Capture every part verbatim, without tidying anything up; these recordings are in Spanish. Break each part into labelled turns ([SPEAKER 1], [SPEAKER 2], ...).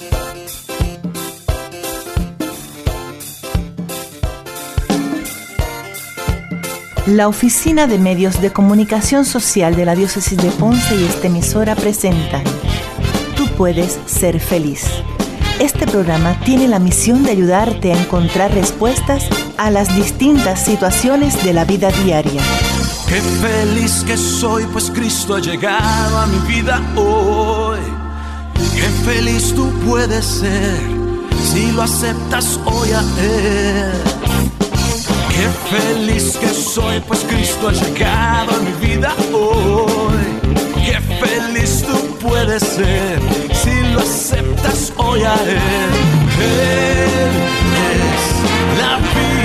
[SPEAKER 1] La Oficina de Medios de Comunicación Social de la Diócesis de Ponce y esta emisora presentan Tú puedes ser feliz. Este programa tiene la misión de ayudarte a encontrar respuestas a las distintas situaciones de la vida diaria.
[SPEAKER 2] Qué feliz que soy, pues Cristo ha llegado a mi vida hoy. Qué feliz tú puedes ser si lo aceptas hoy a Él. Qué feliz que soy, pues Cristo ha llegado a mi vida hoy. Qué feliz tú puedes ser si lo aceptas hoy a Él. Él es la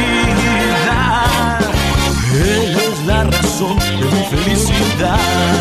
[SPEAKER 2] vida, Él es la razón de mi felicidad.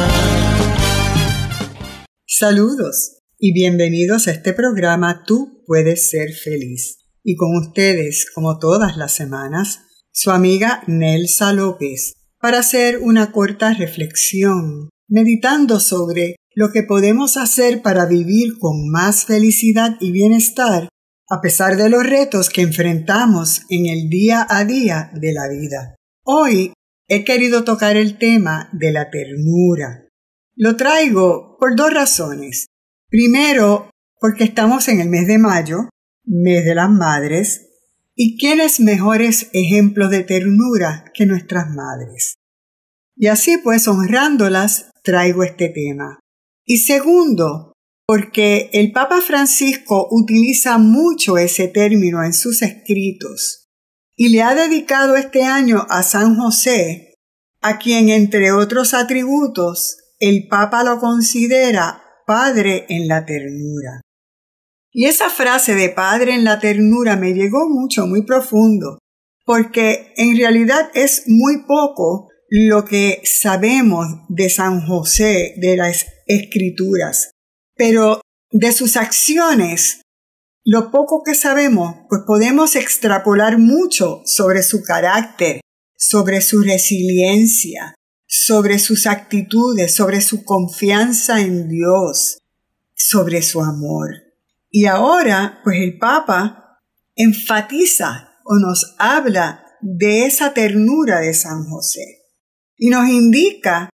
[SPEAKER 3] Saludos y bienvenidos a este programa Tú puedes ser feliz. Y con ustedes, como todas las semanas, su amiga Nelsa López, para hacer una corta reflexión, meditando sobre lo que podemos hacer para vivir con más felicidad y bienestar, a pesar de los retos que enfrentamos en el día a día de la vida. Hoy he querido tocar el tema de la ternura. Lo traigo por dos razones. Primero, porque estamos en el mes de mayo, mes de las madres, ¿y quiénes mejores ejemplos de ternura que nuestras madres? Y así pues, honrándolas, traigo este tema. Y segundo, porque el Papa Francisco utiliza mucho ese término en sus escritos y le ha dedicado este año a San José, a quien, entre otros atributos, el Papa lo considera padre en la ternura. Y esa frase de padre en la ternura me llegó mucho, muy profundo, porque en realidad es muy poco lo que sabemos de San José, de las Escrituras, pero de sus acciones, lo poco que sabemos, pues podemos extrapolar mucho sobre su carácter, sobre su resiliencia, sobre sus actitudes, sobre su confianza en Dios, sobre su amor. Y ahora, pues el Papa enfatiza o nos habla de esa ternura de San José y nos indica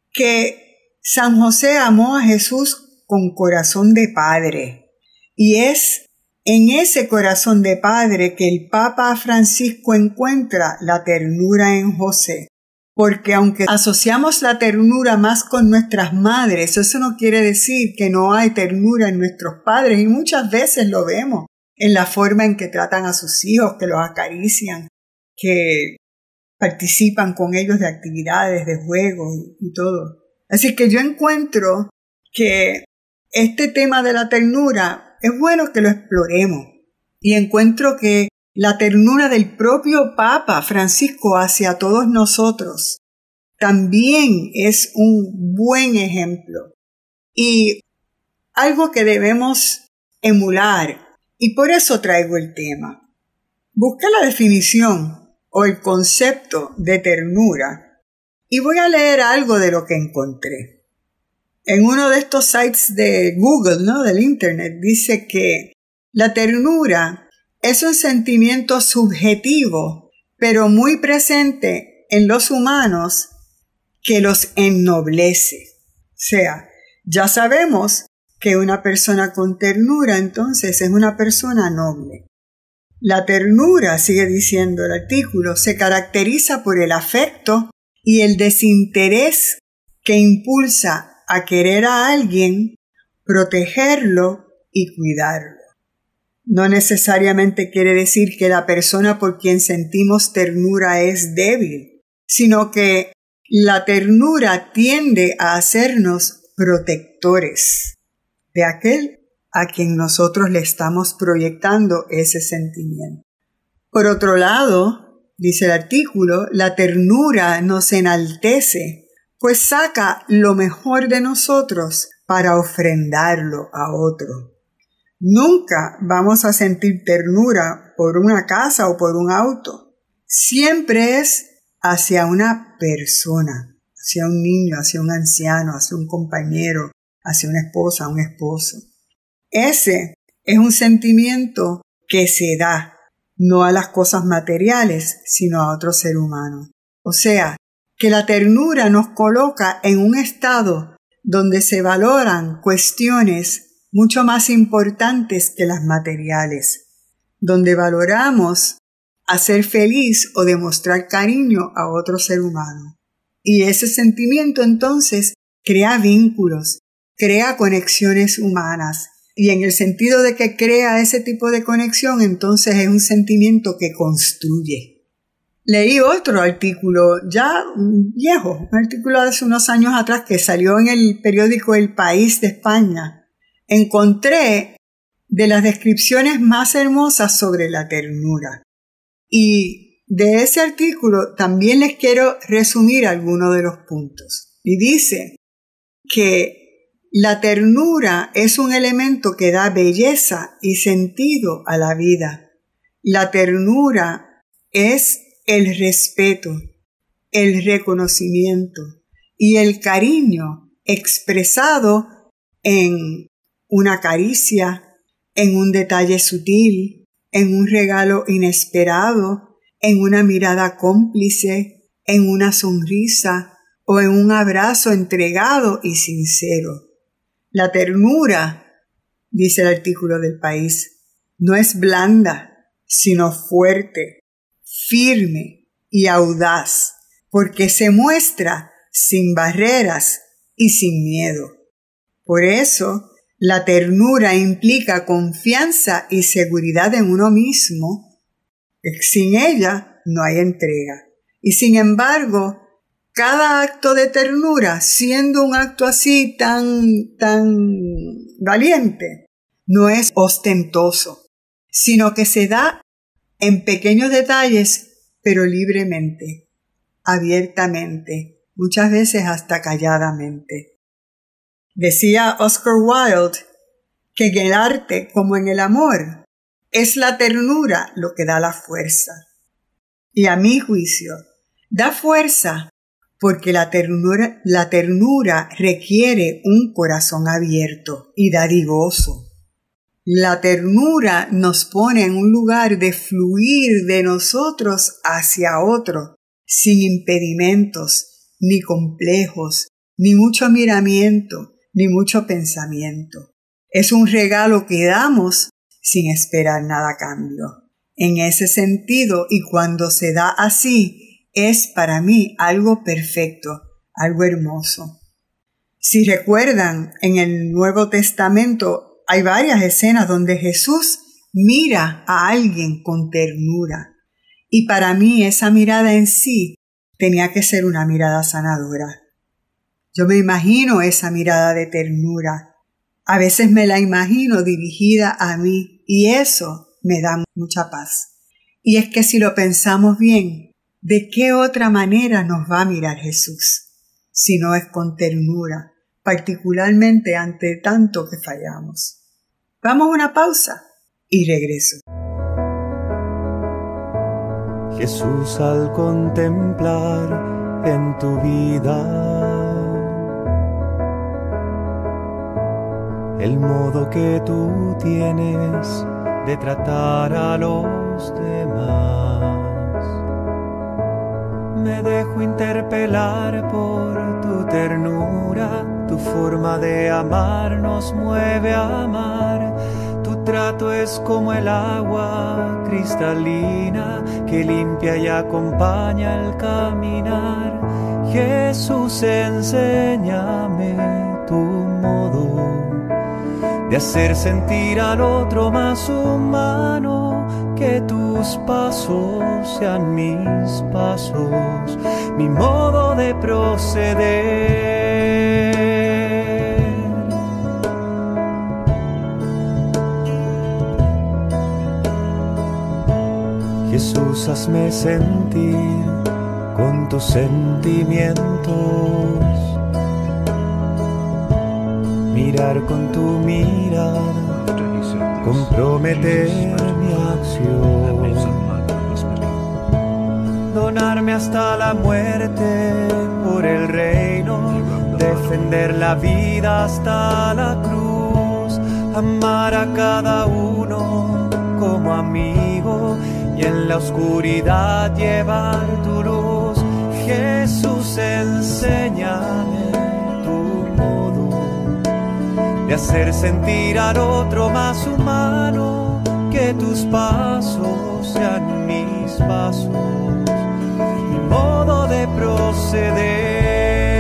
[SPEAKER 3] que San José amó a Jesús con corazón de padre, y es en ese corazón de padre que el Papa Francisco encuentra la ternura en José. Porque aunque asociamos la ternura más con nuestras madres, eso no quiere decir que no hay ternura en nuestros padres, y muchas veces lo vemos en la forma en que tratan a sus hijos, que los acarician, que participan con ellos de actividades, de juegos y todo. Así que yo encuentro que este tema de la ternura es bueno que lo exploremos, y encuentro que la ternura del propio Papa Francisco hacia todos nosotros también es un buen ejemplo y algo que debemos emular, y por eso traigo el tema. Busqué la definición o el concepto de ternura y voy a leer algo de lo que encontré. En uno de estos sites de Google, ¿no?, del Internet, dice que la ternura es un sentimiento subjetivo, pero muy presente en los humanos, que los ennoblece. O sea, ya sabemos que una persona con ternura entonces es una persona noble. La ternura, sigue diciendo el artículo, se caracteriza por el afecto y el desinterés que impulsa a querer a alguien, protegerlo y cuidarlo. No necesariamente quiere decir que la persona por quien sentimos ternura es débil, sino que la ternura tiende a hacernos protectores de aquel a quien nosotros le estamos proyectando ese sentimiento. Por otro lado, dice el artículo, la ternura nos enaltece, pues saca lo mejor de nosotros para ofrendarlo a otro. Nunca vamos a sentir ternura por una casa o por un auto. Siempre es hacia una persona, hacia un niño, hacia un anciano, hacia un compañero, hacia una esposa, un esposo. Ese es un sentimiento que se da, no a las cosas materiales, sino a otro ser humano. O sea, que la ternura nos coloca en un estado donde se valoran cuestiones mucho más importantes que las materiales, donde valoramos hacer feliz o demostrar cariño a otro ser humano. Y ese sentimiento entonces crea vínculos, crea conexiones humanas. Y en el sentido de que crea ese tipo de conexión, entonces es un sentimiento que construye. Leí otro artículo ya viejo, un artículo de hace unos años atrás que salió en el periódico El País de España. Encontré de las descripciones más hermosas sobre la ternura. Y de ese artículo también les quiero resumir algunos de los puntos. Y dice que la ternura es un elemento que da belleza y sentido a la vida. La ternura es el respeto, el reconocimiento y el cariño expresado en una caricia, en un detalle sutil, en un regalo inesperado, en una mirada cómplice, en una sonrisa o en un abrazo entregado y sincero. La ternura, dice el artículo del País, no es blanda, sino fuerte, firme y audaz, porque se muestra sin barreras y sin miedo. Por eso, la ternura implica confianza y seguridad en uno mismo. Sin ella no hay entrega. Y sin embargo, cada acto de ternura, siendo un acto así tan, tan valiente, no es ostentoso, sino que se da en pequeños detalles, pero libremente, abiertamente, muchas veces hasta calladamente. Decía Oscar Wilde que en el arte, como en el amor, es la ternura lo que da la fuerza. Y a mi juicio, da fuerza porque la ternura, la ternura requiere un corazón abierto y dadivoso. La ternura nos pone en un lugar de fluir de nosotros hacia otro, sin impedimentos, ni complejos, ni mucho miramiento, ni mucho pensamiento. Es un regalo que damos sin esperar nada a cambio. En ese sentido, y cuando se da así, es para mí algo perfecto, algo hermoso. Si recuerdan, en el Nuevo Testamento hay varias escenas donde Jesús mira a alguien con ternura. Y para mí esa mirada en sí tenía que ser una mirada sanadora. Yo me imagino esa mirada de ternura. A veces me la imagino dirigida a mí y eso me da mucha paz. Y es que si lo pensamos bien, ¿de qué otra manera nos va a mirar Jesús? Si no es con ternura, particularmente ante tanto que fallamos. Vamos a una pausa y regreso.
[SPEAKER 2] Jesús, al contemplar en tu vida el modo que tú tienes de tratar a los demás, me dejo interpelar por tu ternura. Tu forma de amar nos mueve a amar. Tu trato es como el agua cristalina que limpia y acompaña el caminar. Jesús, enséñame tu modo de hacer sentir al otro más humano, que tus pasos sean mis pasos, mi modo de proceder. Jesús, hazme sentir con tus sentimientos, mirar con tu mirada, comprometer mi acción, donarme hasta la muerte por el reino, defender la vida hasta la cruz,
[SPEAKER 4] amar a cada uno como amigo y en la oscuridad llevar tu luz. Jesús, enséñame tu modo de hacer sentir al otro más humano, que tus pasos sean mis pasos, mi modo de proceder.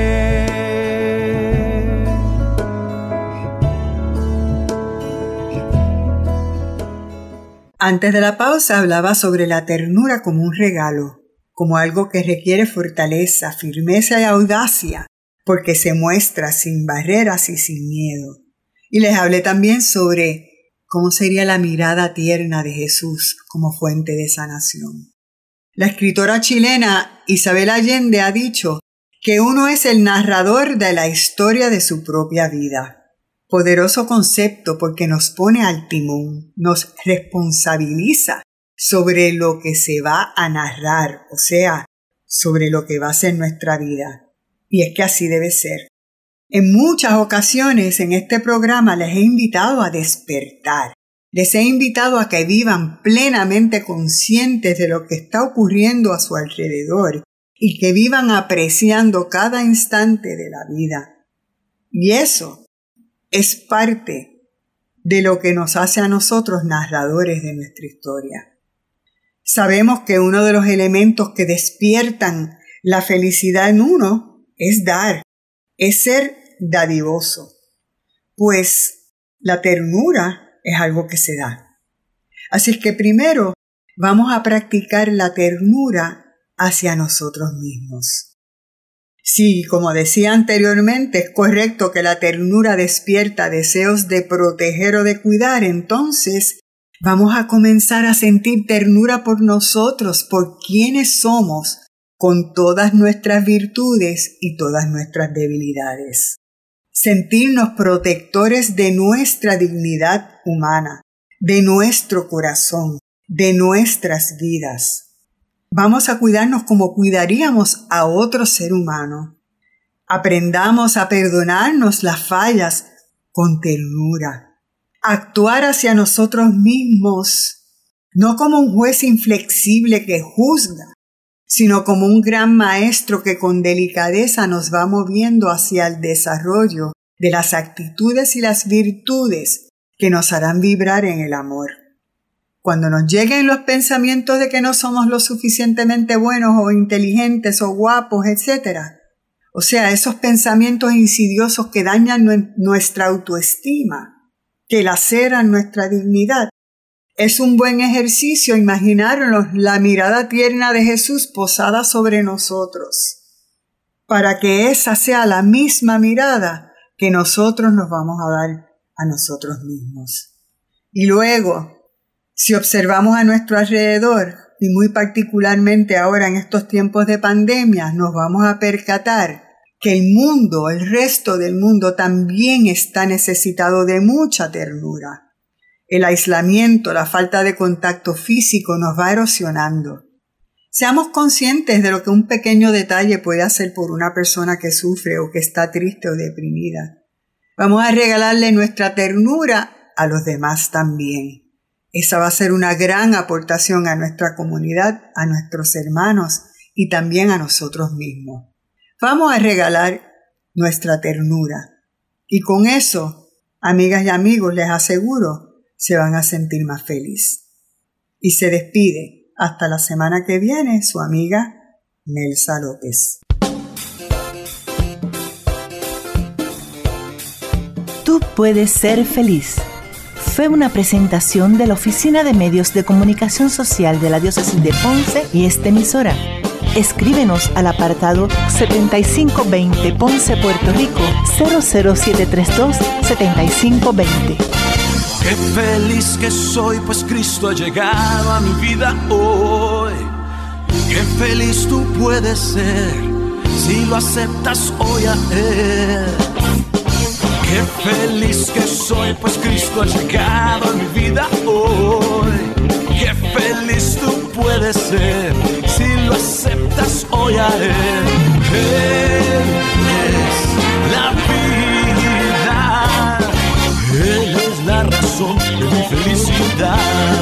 [SPEAKER 3] Antes de la pausa hablaba sobre la ternura como un regalo, como algo que requiere fortaleza, firmeza y audacia, porque se muestra sin barreras y sin miedo. Y les hablé también sobre cómo sería la mirada tierna de Jesús como fuente de sanación. La escritora chilena Isabel Allende ha dicho que uno es el narrador de la historia de su propia vida. Poderoso concepto porque nos pone al timón, nos responsabiliza sobre lo que se va a narrar, o sea, sobre lo que va a ser nuestra vida. Y es que así debe ser. En muchas ocasiones en este programa les he invitado a despertar. Les he invitado a que vivan plenamente conscientes de lo que está ocurriendo a su alrededor y que vivan apreciando cada instante de la vida. Y eso es parte de lo que nos hace a nosotros narradores de nuestra historia. Sabemos que uno de los elementos que despiertan la felicidad en uno es dar, es ser dadivoso, pues la ternura es algo que se da. Así es que primero vamos a practicar la ternura hacia nosotros mismos. Sí, como decía anteriormente, es correcto que la ternura despierta deseos de proteger o de cuidar, entonces vamos a comenzar a sentir ternura por nosotros, por quienes somos, con todas nuestras virtudes y todas nuestras debilidades. Sentirnos protectores de nuestra dignidad humana, de nuestro corazón, de nuestras vidas. Vamos a cuidarnos como cuidaríamos a otro ser humano. Aprendamos a perdonarnos las fallas con ternura. Actuar hacia nosotros mismos, no como un juez inflexible que juzga, sino como un gran maestro que con delicadeza nos va moviendo hacia el desarrollo de las actitudes y las virtudes que nos harán vibrar en el amor. Cuando nos lleguen los pensamientos de que no somos lo suficientemente buenos o inteligentes o guapos, etcétera, o sea, esos pensamientos insidiosos que dañan nuestra autoestima, que laceran nuestra dignidad, es un buen ejercicio imaginarnos la mirada tierna de Jesús posada sobre nosotros, para que esa sea la misma mirada que nosotros nos vamos a dar a nosotros mismos. Y luego, si observamos a nuestro alrededor, y muy particularmente ahora en estos tiempos de pandemia, nos vamos a percatar que el mundo, el resto del mundo también está necesitado de mucha ternura. El aislamiento, la falta de contacto físico nos va erosionando. Seamos conscientes de lo que un pequeño detalle puede hacer por una persona que sufre o que está triste o deprimida. Vamos a regalarle nuestra ternura a los demás también. Esa va a ser una gran aportación a nuestra comunidad, a nuestros hermanos y también a nosotros mismos. Vamos a regalar nuestra ternura. Y con eso, amigas y amigos, les aseguro, se van a sentir más felices. Y se despide hasta la semana que viene su amiga Nelsa López.
[SPEAKER 1] Tú puedes ser feliz. Fue una presentación de la Oficina de Medios de Comunicación Social de la Diócesis de Ponce y esta emisora. Escríbenos al apartado setenta y cinco veinte Ponce, Puerto Rico cero cero siete tres dos, setenta y cinco veinte.
[SPEAKER 2] Qué feliz que soy, pues Cristo ha llegado a mi vida hoy. Qué feliz tú puedes ser si lo aceptas hoy a Él. Qué feliz que soy, pues Cristo ha llegado a mi vida hoy. Qué feliz tú puedes ser si lo aceptas hoy a Él. Él es la vida, Él es la de mi felicidad.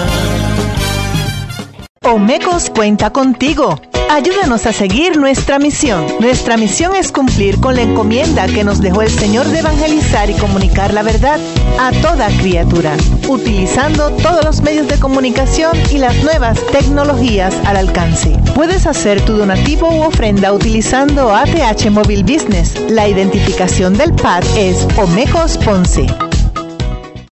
[SPEAKER 1] Omecos cuenta contigo. Ayúdanos a seguir nuestra misión. Nuestra misión es cumplir con la encomienda que nos dejó el Señor de evangelizar y comunicar la verdad a toda criatura, utilizando todos los medios de comunicación y las nuevas tecnologías al alcance. Puedes hacer tu donativo u ofrenda utilizando A T H Móvil Business. La identificación del P A D es Omecos Ponce.